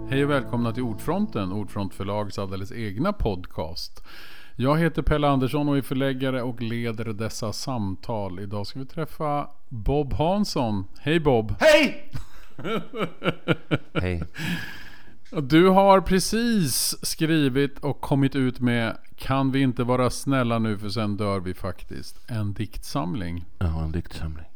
Hej och välkomna till Ordfronten, Ordfront förlags alldeles egna podcast. Jag heter Pelle Andersson och är förläggare och leder dessa samtal. Idag ska vi träffa Bob Hansson. Hej Bob! Hej! Hej. Du har precis skrivit och kommit ut med Kan vi inte vara snälla nu för sen dör vi faktiskt. En diktsamling. Ja, en diktsamling.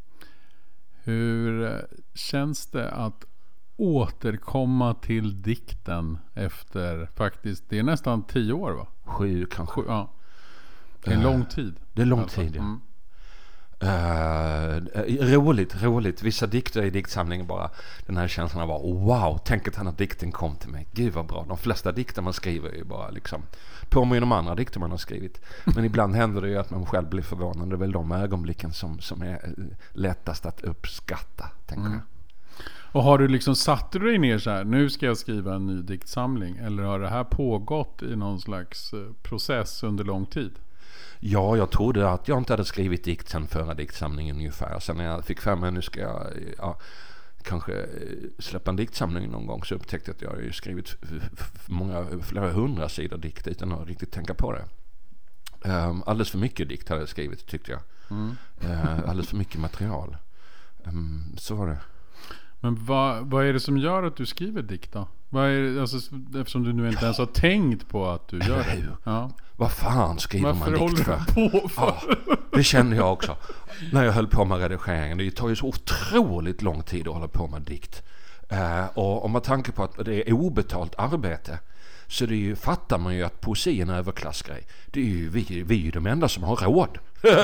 Hur känns det att återkomma till dikten efter faktiskt, det är nästan 10 år va? 7 kanske. Ja. Det är en lång tid. Det är lång tid, ja. Roligt. Vissa dikter i diktsamlingen bara, den här känslan var wow, tänk att den här dikten kom till mig. Gud vad bra. De flesta dikter man skriver är ju bara liksom påminner om andra dikter man har skrivit. Men ibland händer det ju att man själv blir förvånad. Det är väl de ögonblicken som är lättast att uppskatta, tänker jag. Och har du liksom satt dig ner så här, nu ska jag skriva en ny diktsamling, eller har det här pågått i någon slags process under lång tid? Ja, jag trodde att jag inte hade skrivit dikt sen förra diktsamlingen ungefär. Sen när jag fick för mig nu ska jag kanske släppa en diktsamling någon gång, så upptäckte jag att jag har skrivit flera 100 sidor dikt utan att riktigt tänka på det. Alldeles för mycket dikt hade jag skrivit, tyckte jag. Alldeles för mycket material. Så var det. Men vad är det som gör att du skriver dikt då? Vad är det, alltså, eftersom du nu inte ens har tänkt på att du gör det. Ja. Vad fan skriver Varför man dikt för? På för? Ja, det kände jag också. När jag höll på med redigeringen. Det tar ju så otroligt lång tid att hålla på med dikt. Och om man tänker på att det är obetalt arbete, så det är ju, fattar man ju att poesi är en överklassgrej. Det är ju vi är ju de enda som har råd.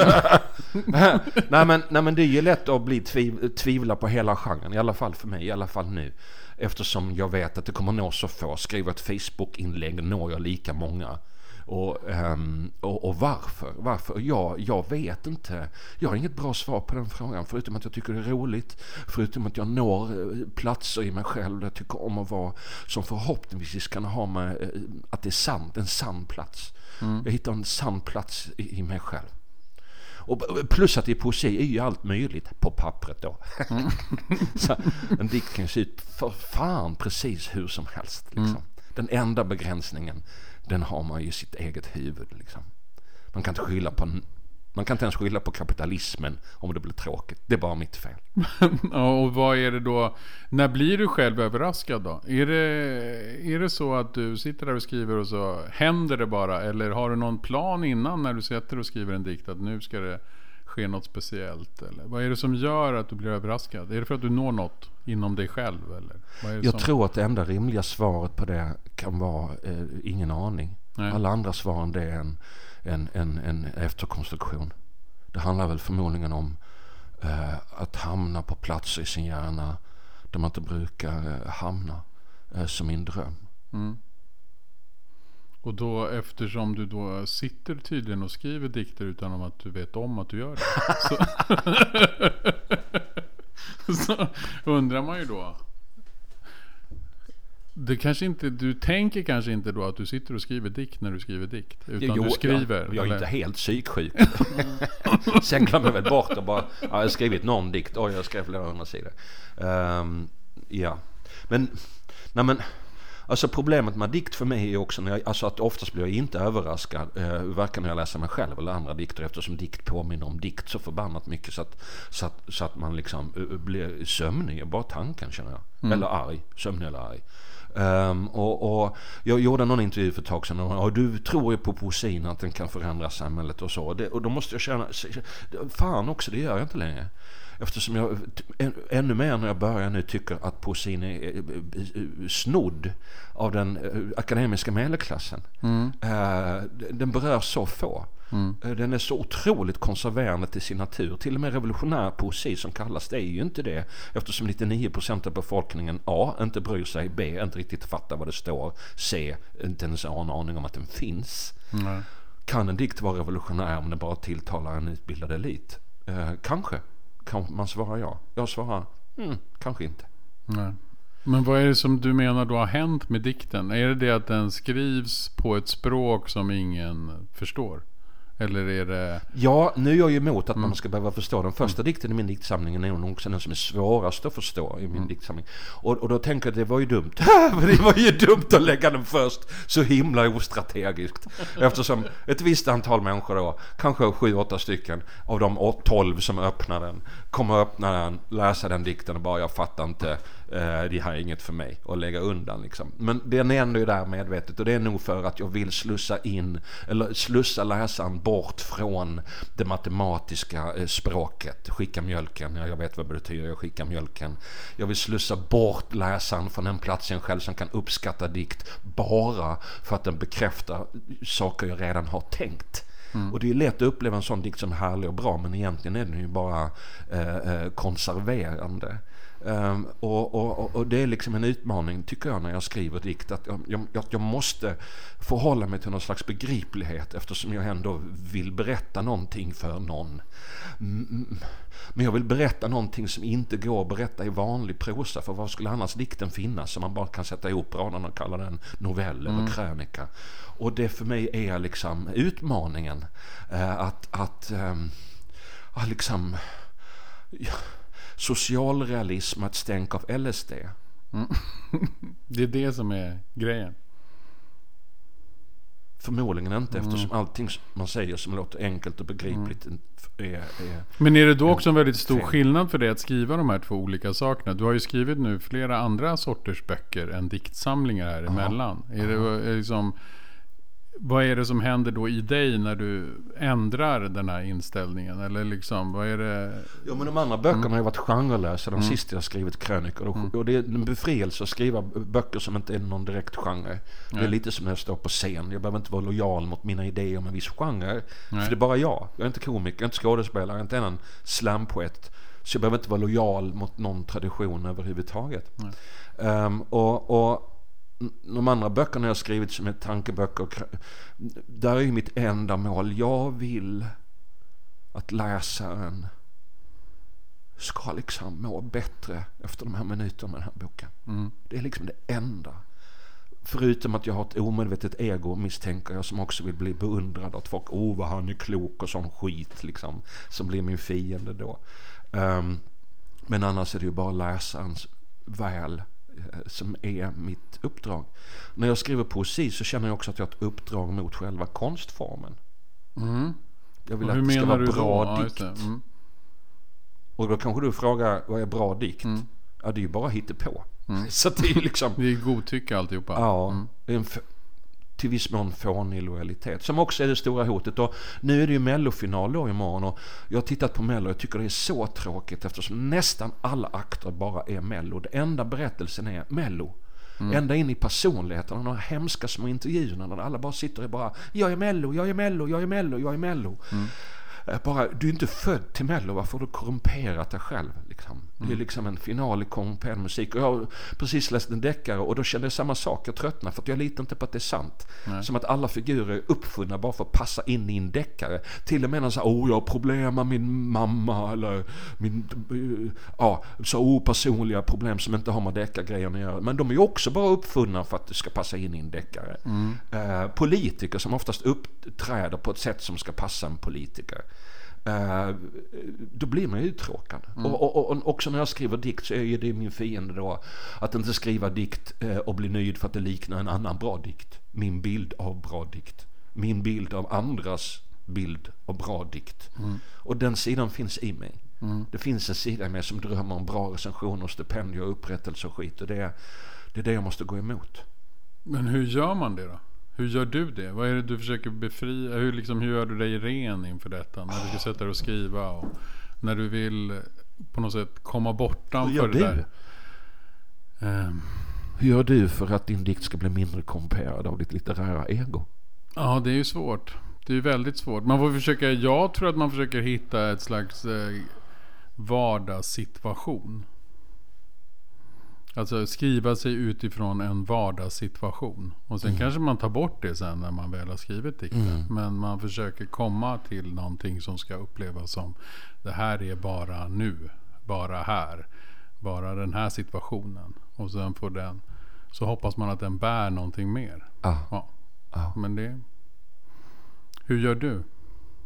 nej men det är ju lätt att bli tvivla på hela genren. I alla fall för mig, i alla fall nu. Eftersom jag vet att det kommer nå så få. Skriva ett Facebook-inlägg når jag lika många. Och varför? Jag vet inte. Jag har inget bra svar på den frågan, förutom att jag tycker det är roligt, förutom att jag når platser i mig själv där jag tycker om att vara, som förhoppningsvis kan ha med att det är sant, en sann plats. Jag hittar en sann plats i mig själv. Och plus att i poesi är ju allt möjligt på pappret då. Så en dikt kan se ut för fan precis hur som helst liksom. Den enda begränsningen, den har man ju i sitt eget huvud liksom. Man kan inte ens skylla på kapitalismen om det blir tråkigt. Det är bara mitt fel. Och vad är det då? När blir du själv överraskad då? Är det så att du sitter där och skriver och så händer det bara? Eller har du någon plan innan när du sätter och skriver en dikt att nu ska det ske något speciellt? Eller vad är det som gör att du blir överraskad? Är det för att du når något inom dig själv? Eller vad är det jag tror att det enda rimliga svaret på det kan vara ingen aning. Nej. Alla andra svaren, det är en efterkonstruktion. Det handlar väl förmodligen om att hamna på platser i sin hjärna där man inte brukar hamna, som min dröm. Och då, eftersom du då sitter tydligen och skriver dikter utan om att du vet om att du gör det, så undrar man ju då, det kanske inte, du tänker kanske inte då att du sitter och skriver dikt när du skriver dikt, utan du skriver. Jag är inte helt psyksjuk. Sen glömmer jag väl bort och bara, jag har skrivit någon dikt, jag skrev flera 100 sidor. Ja. Men alltså problemet med dikt för mig är också att oftast blir jag inte överraskad, varken när jag läser mig själv eller andra dikter, eftersom dikt påminner om dikt så förbannat mycket så att man liksom blir sömnig bara tanken, känner jag. Eller arg, sömnig eller arg. Och jag gjorde någon intervju för ett tag sedan och du tror ju på poesin, att den kan förändra samhället och så, och då måste jag känna fan också, det gör jag inte längre. Eftersom jag ännu mer när jag börjar nu tycker att poesin är snodd av den akademiska medelklassen. Den berör så få. Den är så otroligt konserverande till sin natur. Till och med revolutionär poesi som kallas, det är ju inte det, eftersom 99% av befolkningen A, inte bryr sig, B, inte riktigt fattar vad det står, C, inte ens har en aning om att den finns. Kan en dikt vara revolutionär om den bara tilltalar en utbildad elit? Kanske. Kan man svara ja? Jag svarar kanske inte. Nej. Men vad är det som du menar då har hänt med dikten? Är det att den skrivs på ett språk som ingen förstår? Eller är det... Ja, nu är jag ju emot att man ska behöva förstå. Den första dikten i min diktsamling är nog också den som är svårast att förstå i min diktsamling. Och då tänker jag att det var ju dumt. Det var ju dumt att lägga den först så himla ostrategiskt. Eftersom ett visst antal människor då, kanske 7-8 stycken av de 12 som öppnar den, kommer att öppna den, läsa den dikten och bara, jag fattar inte, det här är inget för mig, och lägga undan liksom. Men den är ändå där medvetet, och det är nog för att jag vill slussa läsaren bort från det matematiska språket. Skicka mjölken, ja, jag vet vad det betyder, jag skickar mjölken. Jag vill slussa bort läsaren från en plats en själv som kan uppskatta dikt bara för att den bekräftar saker jag redan har tänkt. Och det är lätt att uppleva en sån dikt som härlig och bra, men egentligen är den ju bara konserverande. Och det är liksom en utmaning, tycker jag, när jag skriver dikt, att jag måste förhålla mig till någon slags begriplighet, eftersom jag ändå vill berätta någonting för någon. Men jag vill berätta någonting som inte går att berätta i vanlig prosa, för vad skulle annars dikten finnas som man bara kan sätta ihop raderna och kalla den novell eller krönika. Och det för mig är liksom utmaningen, att liksom socialrealism, ett stänk av LSD. Det är det som är grejen. Förmodligen inte, eftersom allting man säger som låter enkelt och begripligt är... Men är det då också en väldigt stor skillnad för dig att skriva de här två olika sakerna? Du har ju skrivit nu flera andra sorters böcker än diktsamlingar här emellan. Är liksom, vad är det som händer då i dig när du ändrar den här inställningen? Eller liksom, vad är det? Ja, men de andra böckerna har ju varit genrelösa. De sista jag skrivit krönikor. Och det är en befrielse att skriva böcker som inte är någon direkt genre. Det är lite som när jag står på scen. Jag behöver inte vara lojal mot mina idéer om en viss genre. För det är bara jag. Jag är inte komiker, jag är inte skådespelare, jag är inte en slampoet. Så jag behöver inte vara lojal mot någon tradition överhuvudtaget. Och de andra böckerna jag har skrivit som är tankeböcker, där är ju mitt enda mål. Jag vill att läsaren ska liksom må bättre efter de här minuterna med den här boken. Det är liksom det enda. Förutom att jag har ett omedvetet ego, misstänker jag, som också vill bli beundrad av folk. Vad han är klok och sån skit liksom, som blir min fiende då. Men annars är det ju bara läsarens väl som är mitt uppdrag. När jag skriver poesi så känner jag också att jag har ett uppdrag mot själva konstformen. Jag vill att det ska vara bra dikt. Och då kanske du frågar, vad är bra dikt? Ja, det är ju bara hittepå. Så det är ju liksom... Det är godtycke alltihopa. Ja, det är en till viss mån fånig lojalitet, som också är det stora hotet. Och nu är det ju mellofinal då imorgon, och jag har tittat på mello och jag tycker det är så tråkigt, eftersom nästan alla akter bara är mello. Det enda berättelsen är mello. Ända in i personligheten, de här hemska små intervjuerna där alla bara sitter och bara, jag är mello, jag är mello, jag är mello, jag är mello. Bara, du är inte född till mello, varför har du korrumperat dig själv liksom? Det är liksom en final i korrumperad musik. Och jag har precis läst en deckare, och då kände jag samma sak. Jag tröttnar för att jag litar inte på att det är sant. Som att alla figurer är uppfunna bara för att passa in i en deckare. Till och med när jag har problem med min mamma, eller så personliga problem som inte har med deckargrejerna att göra. Men de är ju också bara uppfunna för att det ska passa in i en deckare. Politiker som oftast uppträder på ett sätt som ska passa en politiker. Då blir man ju uttråkad. Och också när jag skriver dikt så är det min fiende då, att inte skriva dikt och bli nöjd för att det liknar en annan bra dikt. Min bild av bra dikt. Min bild av andras bild av bra dikt. Och den sidan finns i mig. Det finns en sida i mig som drömmer om bra recensioner, stipendier, upprättelse och skit. Och det är det jag måste gå emot. Men hur gör man det då? Hur gör du det? Vad är det du försöker befria? Hur gör du dig ren inför detta? När du ska sätta dig och skriva, och när du vill på något sätt komma bortanför det där. Hur gör du för att din dikt ska bli mindre komperad av ditt litterära ego? Ja, det är ju svårt. Det är ju väldigt svårt. Man får försöka, jag tror att man försöker hitta ett slags vardagssituation. Alltså skriva sig utifrån en vardagssituation. Och sen kanske man tar bort det sen när man väl har skrivit dikten. Men man försöker komma till någonting som ska upplevas som, det här är bara nu, bara här, bara den här situationen. Och sen får den, så hoppas man att den bär någonting mer. Ja. Men det, hur gör du?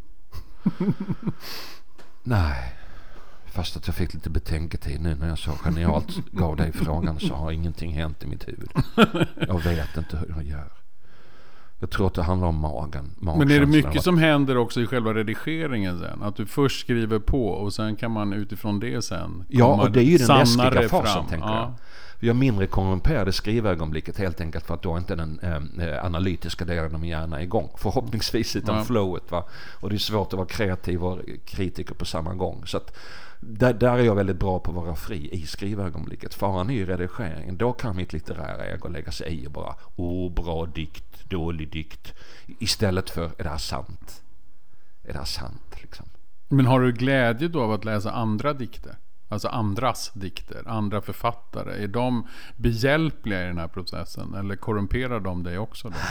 Nej. Fast att jag fick lite betänketid nu när jag så genialt gav dig frågan, så har ingenting hänt i mitt huvud. Jag vet inte hur jag gör. Jag tror att det handlar om magen. Men är det mycket som händer också i själva redigeringen sen? Att du först skriver på och sen kan man utifrån det sen ja, och det är ju den läskiga fasen, fram. tänker jag. Vi har mindre korrumperade skrivögonblicket helt enkelt för att då inte den analytiska delen av min hjärna är igång. Förhoppningsvis utan flowet, va? Och det är svårt att vara kreativ och kritiker på samma gång. Så att där är jag väldigt bra på att vara fri i skrivögonblicket. Faran är ju redigeringen. Då kan mitt litterära ägo lägga sig i och bara bra dikt, dålig dikt. Istället för, är det här sant? Är det här sant liksom? Men har du glädje då av att läsa andra dikter? Alltså andras dikter, andra författare. Är de behjälpliga i den här processen? Eller korrumperar de dig också då?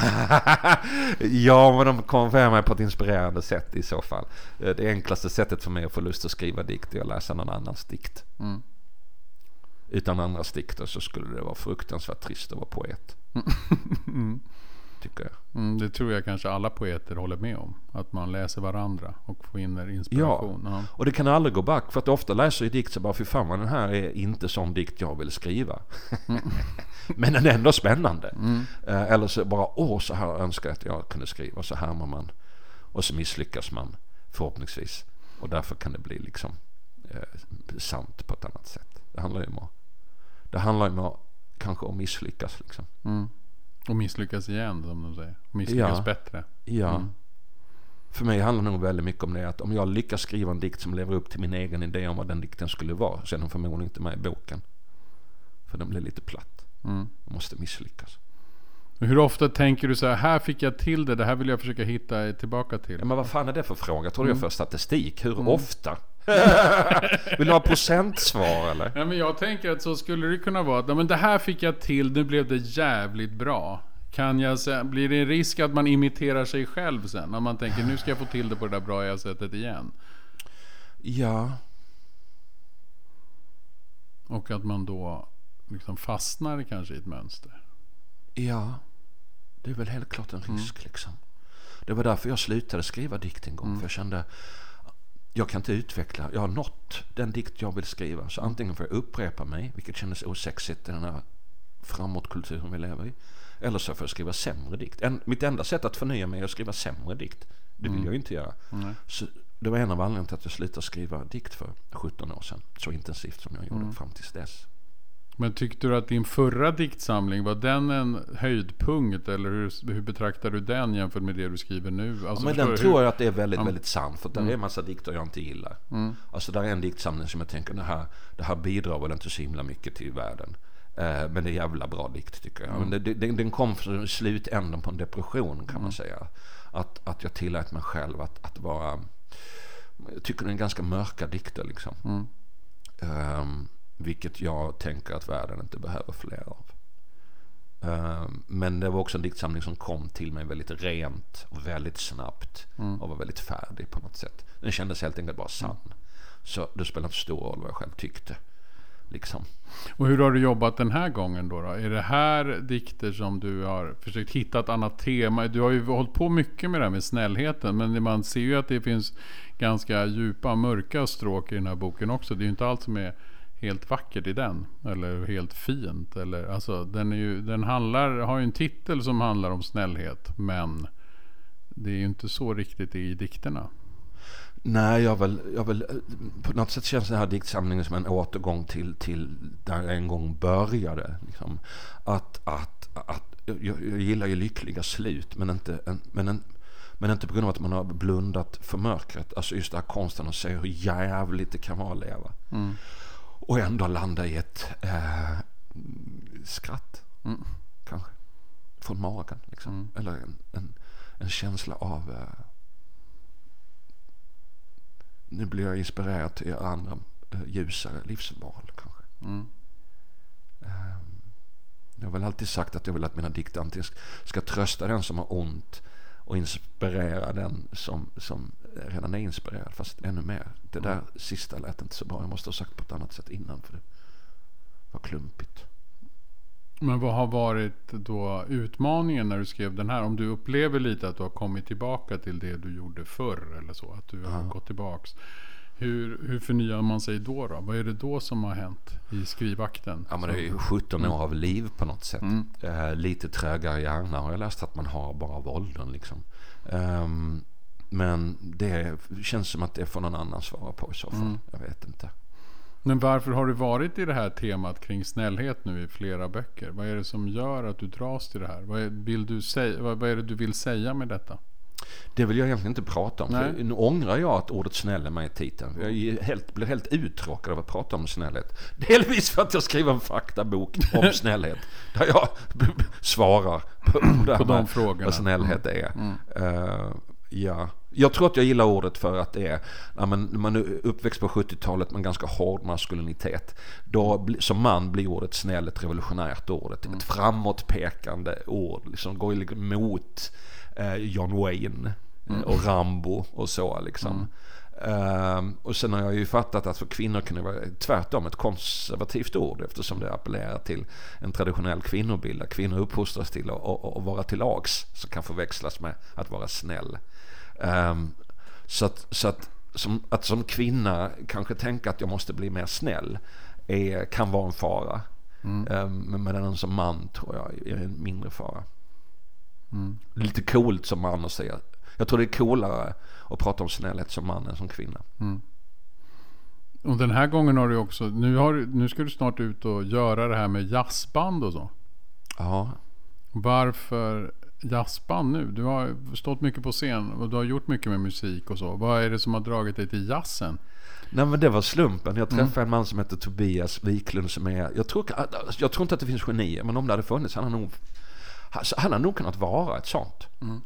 Ja, men de korrumperar mig på ett inspirerande sätt i så fall. Det enklaste sättet för mig att få lust att skriva dikt är att läsa någon annans dikt. Utan andras dikter så skulle det vara fruktansvärt trist att vara poet. Tycker jag. Det tror jag kanske alla poeter håller med om. Att man läser varandra och får in inspiration. Ja, och det kan aldrig gå back. För att ofta läser jag dikt så bara, fy fan, den här är inte sån dikt jag vill skriva. Men den är ändå spännande. Eller så bara, så här önskar jag att jag kunde skriva. Så härmar man. Och så misslyckas man förhoppningsvis. Och därför kan det bli liksom sant på ett annat sätt. Det handlar ju om att kanske att misslyckas liksom. Och misslyckas igen, som de säger. Misslyckas bättre. Ja. För mig handlar det nog väldigt mycket om det, att om jag lyckas skriva en dikt som lever upp till min egen idé om vad den dikten skulle vara, så är den förmodligen inte med i boken. För den blir lite platt. Jag måste misslyckas. Hur ofta tänker du så här fick jag till det här vill jag försöka hitta tillbaka till? Ja, men vad fan är det för fråga? Tror du jag för statistik? Hur ofta? Vill du ha procentsvar eller? Ja, men jag tänker att så skulle det kunna vara. Men det här fick jag till, nu blev det jävligt bra. Blir det en risk att man imiterar sig själv sen? När man tänker, nu ska jag få till det på det där bra sättet igen. Ja. Och att man då liksom fastnar kanske i ett mönster. Ja. Det är väl helt klart en risk liksom. Det var därför jag slutade skriva dikt en gång. För jag kände, jag kan inte utveckla. Jag har nått den dikt jag vill skriva. Så antingen får jag upprepa mig, vilket kändes osexigt i den här framåtkulturen vi lever i. Eller så får jag skriva sämre dikt. Mitt enda sätt att förnya mig är att skriva sämre dikt. Det vill jag inte göra. Så det var en av anledningarna till att jag slutade skriva dikt för 17 år sedan. Så intensivt som jag gjorde fram tills dess. Men tyckte du att din förra diktsamling, var den en höjdpunkt? Eller hur betraktar du den jämfört med det du skriver nu? Alltså, men den tror jag att det är väldigt, väldigt sant. För där är en massa dikter jag inte gillar. Alltså där är en diktsamling som jag tänker, det här bidrar väl inte så himla mycket till världen. Men det är jävla bra dikt tycker jag. Men den kom från slutänden på en depression kan man säga. Att jag tillät mig själv att vara, jag tycker det är en ganska mörka dikter liksom. Vilket jag tänker att världen inte behöver fler av. Men det var också en diktsamling som kom till mig väldigt rent och väldigt snabbt och var väldigt färdig på något sätt. Den kändes helt enkelt bara sann. Så det spelar inte stor roll vad jag själv tyckte. Liksom. Och hur har du jobbat den här gången då? Är det här dikter som du har försökt hitta ett annat tema? Du har ju hållit på mycket med det här med snällheten, men man ser ju att det finns ganska djupa, mörka stråk i den här boken också. Det är ju inte allt som är helt vackert i den, eller helt fint, eller alltså den har ju en titel som handlar om snällhet, men det är ju inte så riktigt i dikterna. Nej, jag vill på något sätt känns den här diktsamlingen som en återgång till där jag en gång började liksom. Att jag gillar ju lyckliga slut, men inte på grund av att man har blundat för mörkret. Alltså just den här konsten att se hur jävligt det kan vara att leva. Och ändå landa i ett skratt. Kanske. Från magen. Liksom. Eller en känsla av nu blir jag inspirerad till andra ljusare livsval kanske. Jag har väl alltid sagt att jag vill att mina dikter antingen ska trösta den som har ont och inspirera den som redan är inspirerad, fast ännu mer. Det där sista lät inte så bra. Jag måste ha sagt på ett annat sätt innan, för det var klumpigt. Men vad har varit då utmaningen när du skrev den här? Om du upplever lite att du har kommit tillbaka till det du gjorde förr eller så, att du har gått tillbaks. Hur förnyar man sig då? Vad är det då som har hänt i skrivakten? Ja, men det är ju 17 år av liv på något sätt. Lite trögare hjärna har jag läst att man har bara av åldern liksom. Men det känns som att det får någon annan svara på i så fall. Jag vet inte. Men varför har du varit i det här temat kring snällhet nu i flera böcker? Vad är det som gör att du dras till det här? Vad är det du vill säga med detta? Det vill jag egentligen inte prata om. För nu ångrar jag att ordet snäll är med i titeln. Jag blir helt uttråkad av att prata om snällhet. Delvis för att jag skriver en faktabok om snällhet. Där jag svarar på de frågorna. Vad snällhet är. Ja. Jag tror att jag gillar ordet för att det är, man är uppväxt på 70-talet med ganska hård maskulinitet. Då som man blir ordet snäll ett revolutionärt ord. Ett framåtpekande ord. Liksom går liksom mot John Wayne och Rambo och så liksom. Och sen har jag ju fattat att för kvinnor kan det vara tvärtom ett konservativt ord, eftersom det appellerar till en traditionell kvinnobild. Kvinnor uppfostras till att vara till lags, som kan förväxlas med att vara snäll. Så att som kvinna kanske tänka att jag måste bli mer snäll kan vara en fara. Men medan som man tror jag är en mindre fara. Lite coolt som man att säga. Jag tror det är coolare att prata om snällhet som man än som kvinna. Och den här gången har du också, nu ska du snart ut och göra det här med jazzband och så. Ja. Varför jazzband nu? Du har stått mycket på scen och du har gjort mycket med musik och så. Vad är det som har dragit dig till jazzen? Nej, men det var slumpen. Jag träffade en man som heter Tobias Wiklund som är, jag tror inte att det finns genier, men om det hade funnits han har nog kunnat vara ett sånt.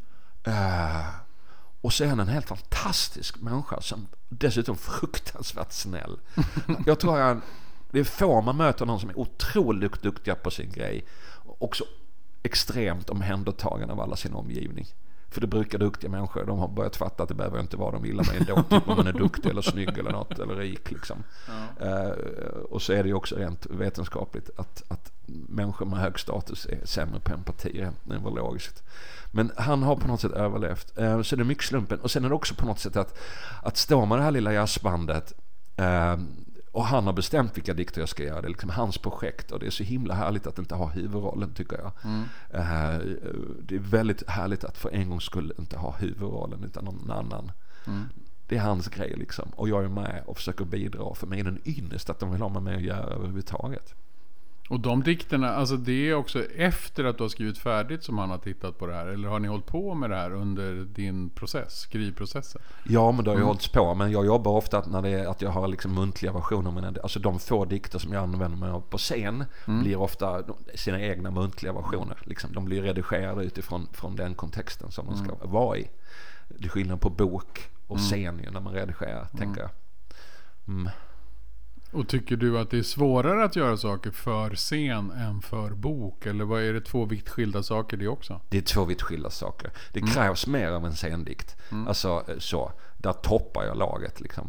Och så är han en helt fantastisk människa som dessutom fruktansvärt snäll. Jag tror det är få man möter någon som är otroligt duktiga på sin grej och så extremt omhändertagande av alla sin omgivning. För det brukar duktiga människor, de har börjat fatta att det behöver inte vara de vill med ändå, typ om man är duktig eller snygg eller något, eller rik liksom. Och så är det ju också rent vetenskapligt att människor med hög status är sämre på empati rent neurologiskt. Men han har på något sätt överlevt. Så det är mycket slumpen. Och sen är det också på något sätt att stå med det här lilla jazzbandet och han har bestämt vilka dikter jag ska göra. Det är liksom hans projekt och det är så himla härligt att inte ha huvudrollen, tycker jag. Det är väldigt härligt att för en gångs skull inte ha huvudrollen utan någon annan. Det är hans grej liksom. Och jag är med och försöker bidra. För mig är det en ynnest att de vill ha mig med att göra överhuvudtaget. Och de dikterna, alltså det är också efter att du har skrivit färdigt som han har tittat på det här? Eller har ni hållit på med det här under din skrivprocessen? Ja, men det har ju hållits på. Men jag jobbar ofta att jag har liksom muntliga versioner. Men alltså de få dikter som jag använder mig av på scen blir ofta sina egna muntliga versioner. Liksom, de blir redigerade utifrån den kontexten som de ska vara i. Det är skillnad på bok och scen när man redigerar, tänker jag. Och tycker du att det är svårare att göra saker för scen än för bok? Eller vad är det, två vitt skilda saker det också? Det är två vitt skilda saker. Det krävs mer av en scendikt. Alltså så, där toppar jag laget liksom.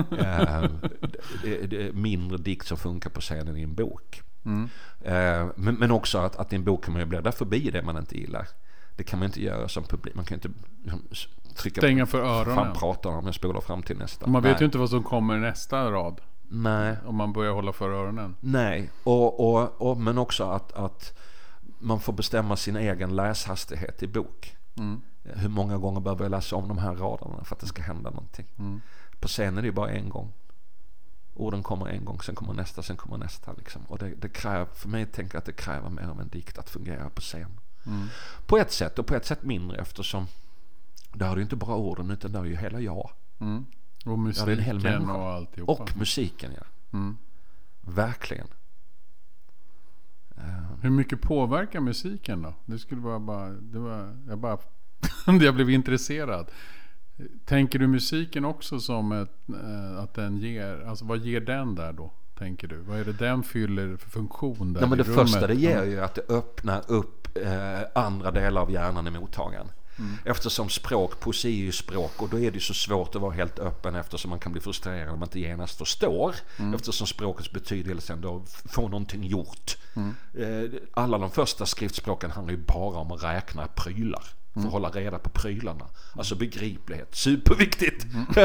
Det är mindre dikt som funkar på scenen i en bok. Men också att i en bok kan man ju bläddra förbi det man inte gillar. Det kan man inte göra som publik. Man kan inte trycka stänga för öronen. Prata om jag spolar fram till nästa. Man vet ju inte vad som kommer i nästa rad. Nej. Om man börjar hålla för öronen. Nej, men också att man får bestämma sin egen läshastighet i bok. Hur många gånger behöver jag läsa om de här raderna för att det ska hända någonting. På scenen är det ju bara en gång. Orden kommer en gång, sen kommer nästa liksom. Och det kräver, för mig tänker jag att det kräver mer av en dikt att fungera på scen. På ett sätt, och på ett sätt mindre, eftersom där har du inte bara orden utan där är ju hela jag. Och musiken och alltihopa. Och musiken, ja. Verkligen. Hur mycket påverkar musiken då? Det skulle vara jag blev intresserad. Tänker du musiken också som att den ger, alltså vad ger den där då? Tänker du? Vad är det den fyller för funktion där? Men det första det ger ju att det öppnar upp andra delar av hjärnan i mottagaren. Eftersom poesi är ju språk, och då är det så svårt att vara helt öppen, eftersom man kan bli frustrerad om man inte genast förstår, eftersom språkets betydelse ändå får någonting gjort. Alla de första skriftspråken handlar ju bara om att räkna prylar. För att hålla reda på prylarna. Alltså begriplighet, superviktigt.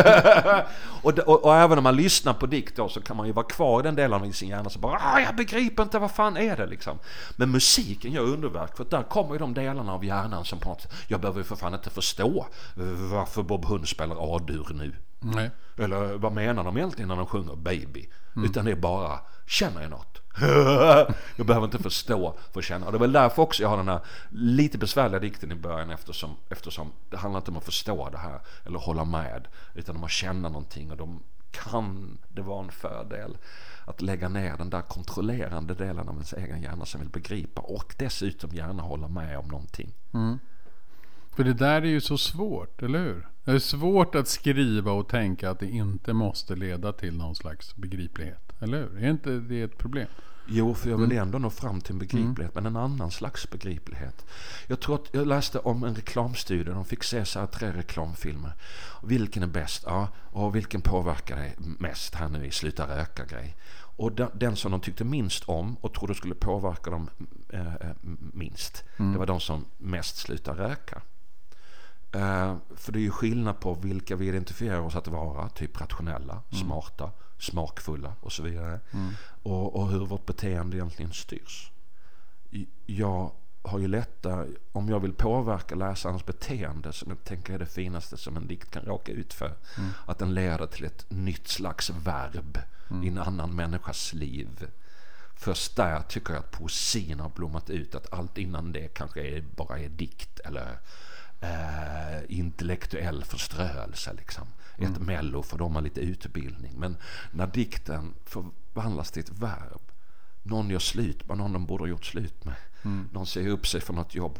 och även om man lyssnar på dikt då, så kan man ju vara kvar i den delen av sin hjärna, så bara, jag begriper inte, vad fan är det liksom. Men musiken gör underverk, för där kommer ju de delarna av hjärnan som på något, jag behöver ju för fan inte förstå varför Bob Hund spelar A-dur nu. Nej. Eller vad menar de egentligen när de sjunger Baby? Utan det är bara, känner jag något? Jag behöver inte förstå för att känna. Och det är väl därför också jag har den här lite besvärliga dikten i början, eftersom det handlar inte om att förstå det här eller hålla med, utan om att känna någonting, och då kan det vara en fördel att lägga ner den där kontrollerande delen av ens egen hjärna som vill begripa och dessutom gärna hålla med om någonting. För det där är ju så svårt, eller hur? Det är svårt att skriva och tänka att det inte måste leda till någon slags begriplighet, eller hur? Är inte det ett problem? Jo, för jag vill ändå nå fram till en begriplighet, men en annan slags begriplighet. Jag tror att jag läste om en reklamstudie. De fick se så här 3 reklamfilmer. Vilken är bäst? Ja, och vilken påverkar dig mest här nu i Sluta röka-grej? Och den som de tyckte minst om och trodde skulle påverka dem minst, det var de som mest slutar röka. För det är ju skillnad på vilka vi identifierar oss att vara, typ rationella, smarta, smakfulla och så vidare. Och hur vårt beteende egentligen styrs. Jag har ju lättare, om jag vill påverka läsarens beteende, som jag tänker är det finaste som en dikt kan råka ut för, att den leder till ett nytt slags verb i en annan människas liv. Först där tycker jag att poesin har blommat ut, att allt innan det kanske bara är dikt eller intellektuell förströelse liksom. Ett mello för de har lite utbildning, men när dikten förvandlas till ett verb, någon gör slut med någon de borde ha gjort slut med, någon säger upp sig för något jobb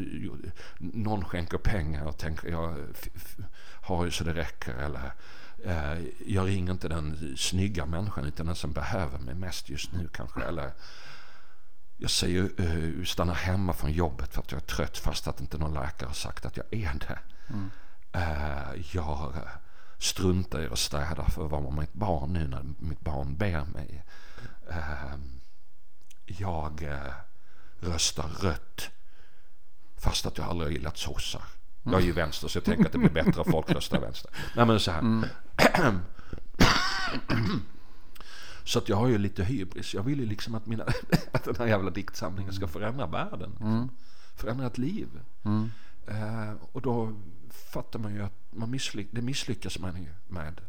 någon skänker pengar och tänker jag har ju så det räcker, eller jag ringer inte den snygga människan utan den som behöver mig mest just nu kanske, eller jag säger stanna hemma från jobbet för att jag är trött fast att inte någon läkare har sagt att jag är det. Jag struntar i att städa för att vara med mitt barn nu när mitt barn ber mig. Jag röstar rött fast att jag aldrig har gillat sossar. Jag är ju vänster, så jag tänker att det blir bättre att folk röstar vänster. Nej, men så här. Så att jag har ju lite hybris. Jag vill ju liksom att den här jävla diktsamlingen ska förändra världen. Förändra ett liv. Och då fattar man ju att det misslyckas man ju med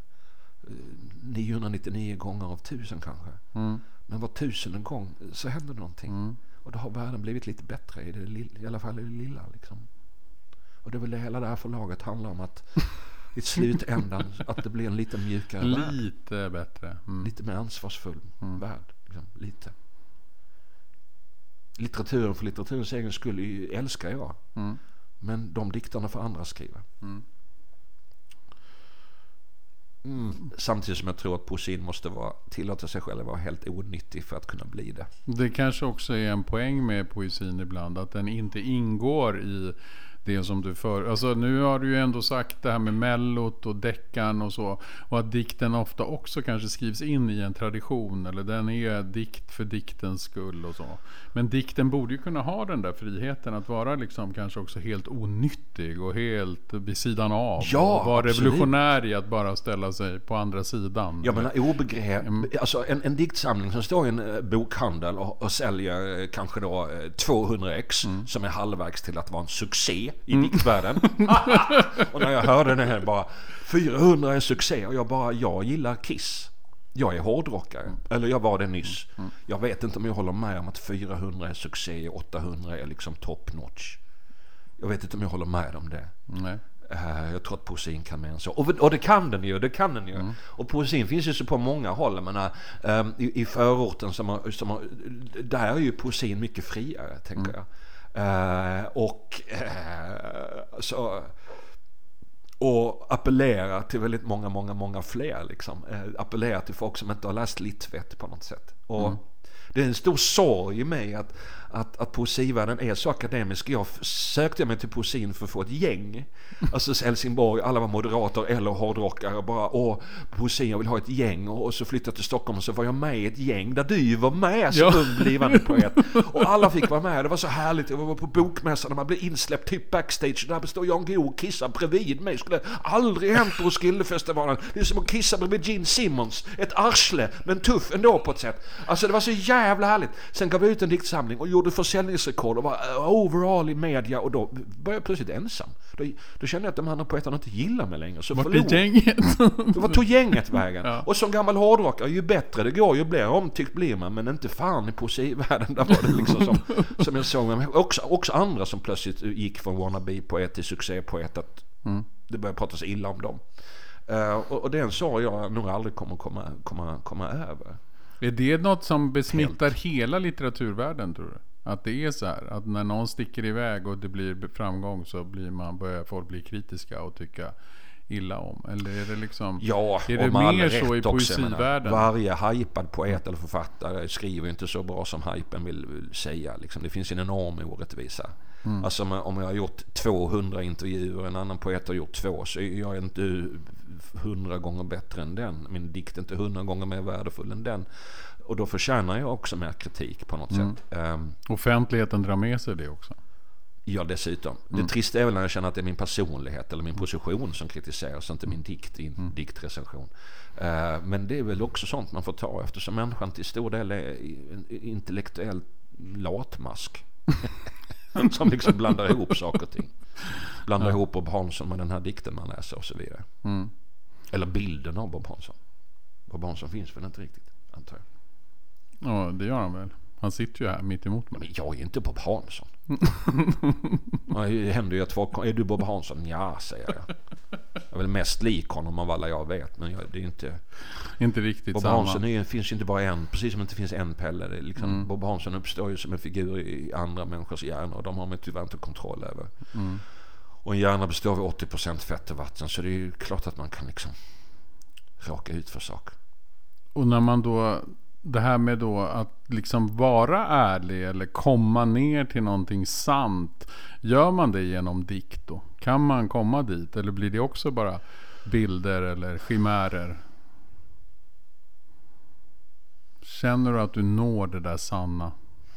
999 gånger av 1000 kanske. Men var 1000 gång så händer någonting. Och då har världen blivit lite bättre i alla fall i det lilla liksom. Och det är väl det hela det här förlaget handlar om, att i slutändan att det blir en lite mjukare värld. Lite bättre. Lite mer ansvarsfull värld. Liksom, lite. Litteraturen för litteraturens egen skull älskar jag. Men de diktarna för andra skriva. Samtidigt som jag tror att poesin måste tillåta sig själv vara helt onyttig för att kunna bli det. Det kanske också är en poäng med poesin ibland, att den inte ingår i det som du alltså nu har du ju ändå sagt det här med mellot och deckan och så, och att dikten ofta också kanske skrivs in i en tradition, eller den är dikt för diktens skull och så. Men dikten borde ju kunna ha den där friheten att vara liksom kanske också helt onyttig och helt vid sidan av. Ja, och vara revolutionär i att bara ställa sig på andra sidan. Jag menar alltså en diktsamling som står i en bokhandel och säljer kanske då 200 ex som är halvvägs till att vara en succé i diktvärlden. Och när jag hörde det här bara 400 är succé, och jag gillar Kiss. Jag är hårdrockare. Eller jag var det nyss. Jag vet inte om jag håller med om att 400 är succé och 800 är liksom top notch. Jag vet inte om jag håller med om det. Nej. Jag tror att poesin kan mer än så. Och det kan den ju. Och poesin finns ju så på många håll. Jag menar, i förorten där är ju poesin mycket friare, tänker jag. Och appellerar till väldigt många fler liksom. Appellerar till folk som inte har läst Littvet på något sätt. Och det är en stor sorg i mig att poesivärlden är så akademisk. Jag sökte mig till poesin för att få ett gäng. Alltså Helsingborg, alla var moderater eller hårdrockare. Bara, poesin, jag vill ha ett gäng. Och så flyttade jag till Stockholm och så var jag med i ett gäng där du var med som ung blivande poet. Och alla fick vara med. Det var så härligt. Jag var på bokmässan när man blev insläppt typ backstage. Där består Jan Guillou och kissar bredvid mig. Skulle aldrig hänt på Roskildefestivalen. Det är som att kissa bredvid Gene Simmons. Ett arsle, men tuff ändå på ett sätt. Alltså det var så jävla härligt. Sen gav vi ut en diktsamling och gjorde försäljningsrekord och var overall i media, och då började jag plötsligt ensam. Då kände jag att de andra poeterna inte gillar mig längre. Så vart gänget? Då tog gänget vägen. Ja. Och som gammal hårdrockare, ju bättre det går, ju blir omtyckt blir man, men inte fan i poesivärlden. Där var det liksom som jag såg. Men också andra som plötsligt gick från wannabe-poet till succépoet, att det började pratas illa om dem. Och det är en sorg jag nog aldrig kommer komma över. Är det något som besmittar hela litteraturvärlden, tror du? Att det är så här, att när någon sticker iväg och det blir framgång så börjar folk bli kritiska och tycka illa om? Eller är det liksom, är det mer så i poesivärlden? Varje hypad poet eller författare skriver inte så bra som hypen vill säga. Liksom. Det finns en enorm orättvisa. Alltså om jag har gjort 200 intervjuer, en annan poet har gjort 2, så jag är inte 100 gånger bättre än den. Min dikt är inte 100 gånger mer värdefull än den. Och då förtjänar jag också mer kritik på något sätt. Offentligheten drar med sig det också. Ja, dessutom. Det trista är väl när jag känner att det är min personlighet eller min position som kritiseras, inte min dikt i en diktrecension. Men det är väl också sånt man får ta, eftersom människan till stor del är intellektuell latmask. Som liksom blandar ihop saker och ting. Blandar ihop Bob Hansson med den här dikten man läser och så vidare. Eller bilden av Bob Hansson. Bob Hansson finns väl inte riktigt, antar jag. Ja, det gör han väl. Han sitter ju här mitt emot mig. Men jag är inte Bob Hansson. Det händer ju att folk, är du Bob Hansson? Ja, säger jag. Jag är väl mest lik honom av alla jag vet, men det är inte riktigt Bob samma. Hansson finns ju inte bara en, precis som det inte finns en Pelle. Det är liksom, Bob Hansson uppstår ju som en figur i andra människors hjärnor, och de har man tyvärr inte kontroll över. Och en hjärna består av 80% fett och vatten, så det är ju klart att man kan liksom råka ut för saker. Och när man då, det här med då att liksom vara ärlig eller komma ner till någonting sant, gör man det genom dikt då? Kan man komma dit, eller blir det också bara bilder eller chimärer? Känner du att du når det där sanna?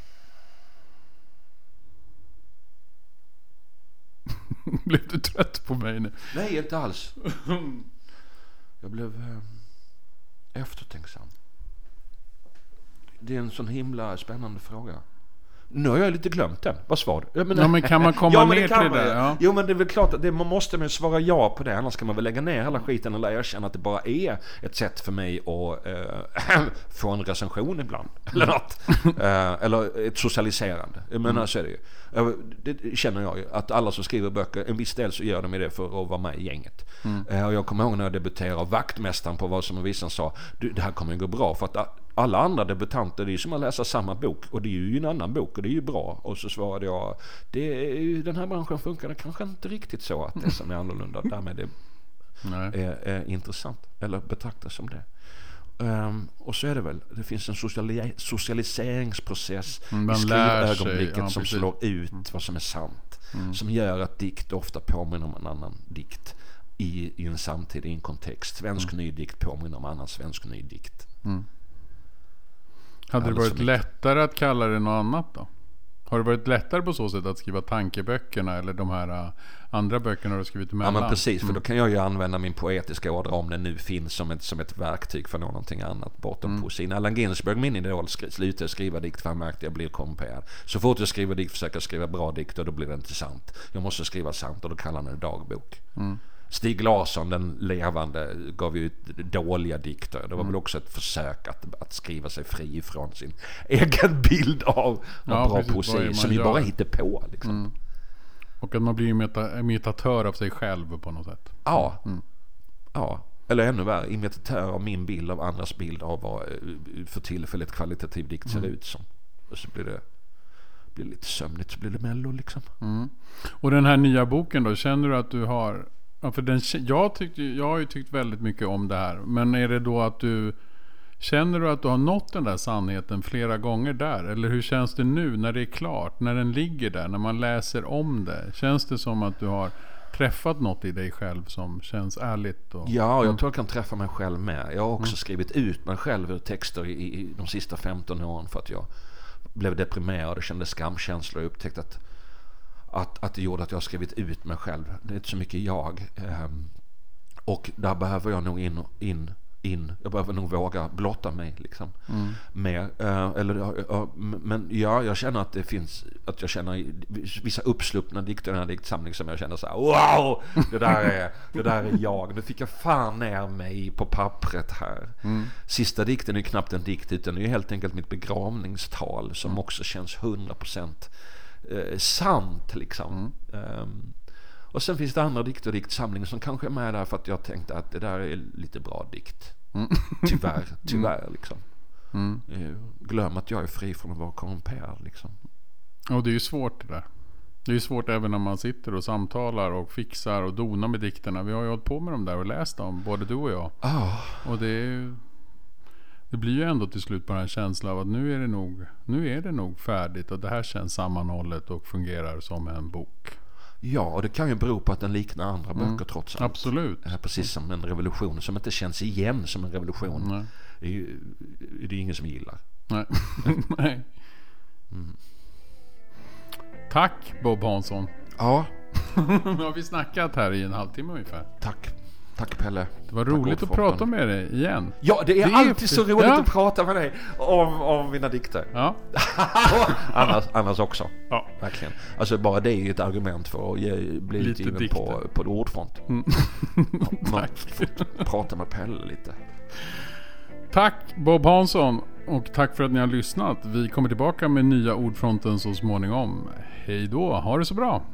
Blev du trött på mig nu? Nej, inte alls. Jag blev eftertänksam. Det är en sån himla spännande fråga. Nu har jag lite glömt den. Vad svar du? Men kan man komma ner till det? Ja. Jo, men det är väl klart att man måste svara ja på det. Annars kan man väl lägga ner hela skiten eller erkänna att det bara är ett sätt för mig att få en recension ibland. Eller något. Eller ett socialiserande. Jag menar, så är det ju. Det känner jag ju. Att alla som skriver böcker, en viss del så gör de det för att vara med i gänget. Och jag kommer ihåg när jag debuterade, vaktmästaren på vad som visan sa, det här kommer ju gå bra, för att alla andra debutanter, det är ju som att läsa samma bok, och det är ju en annan bok och det är ju bra. Och så svarade jag, det är ju, den här branschen funkar det kanske inte riktigt så att det som är annorlunda därmed är intressant eller betraktas som det. Och så är det väl, det finns en socialiseringsprocess i skrivögonblicket som slår ut vad som är sant, som gör att dikt ofta påminner om en annan dikt i en samtid, i en kontext. Svensk ny dikt påminner om annan svensk ny dikt. Hade det varit lättare att kalla det något annat då? Har det varit lättare på så sätt att skriva tankeböckerna eller de här andra böckerna du har skrivit emellan? Ja, men precis, för då kan jag ju använda min poetiska ådra, om den nu finns, som ett verktyg för någonting annat bortom poesin. Allen Ginsberg, min idol, slutade skriva dikt för han märkte att jag blir korrumperad. Så fort jag skriver dikt försöker jag skriva bra dikt, och då blir det inte sant. Jag måste skriva sant, och då kallar han det dagbok. Stig Larsson, den levande, gav ju ut dåliga dikter. Det var väl också ett försök att skriva sig fri från sin egen bild av bra poesi, som vi bara hittar på liksom. Och att man blir imitatör av sig själv på något sätt. Ja. Eller ännu värre, imitatör av min bild av andras bild av vad för tillfället kvalitativ dikt ser ut som. Och så blir det lite sömnigt, så blir det mello liksom. Och den här nya boken då, känner du att du har... Ja, för jag har ju tyckt väldigt mycket om det här. Men är det då att du Känner du att du har nått den där sannheten flera gånger där? Eller hur känns det nu när det är klart? När den ligger där? När man läser om det? Känns det som att du har träffat något i dig själv som känns ärligt? Ja, jag tror jag kan träffa mig själv med. Jag har också skrivit ut mig själv ur texter i de sista 15 åren för att jag blev deprimerad och kände skamkänslor och upptäckte att det gjorde att jag har skrivit ut mig själv. Det är inte så mycket jag. Och där behöver jag nog in. Jag behöver nog våga blotta mig liksom. Mer. Men ja, jag känner att det finns, att jag känner vissa uppsluppna dikter i den här diktsamlingen som jag känner så här: wow, det där är jag. Nu fick jag fan ner mig på pappret här. Sista dikten är knappt en dikt, utan det är helt enkelt mitt begravningstal som också känns 100% sant liksom. Och sen finns det andra dikter och diktsamlingar som kanske är med där för att jag tänkte att det där är lite bra dikt. Tyvärr liksom. Glöm att jag är fri från att vara korrumperad liksom. Och det är ju svårt det där. Det är ju svårt även när man sitter och samtalar och fixar och donar med dikterna. Vi har ju hållit på med dem där och läst dem, både du och jag. Och det blir ju ändå till slut bara en känsla av att nu är det nog färdigt och det här känns sammanhållet och fungerar som en bok. Ja, och det kan ju bero på att den liknar andra böcker trots allt. Absolut. Precis som en revolution som inte känns igen som en revolution. Det är ingen som gillar. Nej. Nej. Tack Bob Hansson. Ja. Nu har vi snackat här i en halvtimme ungefär. Tack Pelle. Det var roligt att prata med dig igen. Ja, det är alltid så roligt att prata med dig om mina dikter. Ja. annars också. Ja. Verkligen. Alltså bara det är ju ett argument för att bli utgiven på Ordfront. Man får prata med Pelle lite. Tack Bob Hansson och tack för att ni har lyssnat. Vi kommer tillbaka med nya Ordfronten så småningom. Hej då, ha det så bra.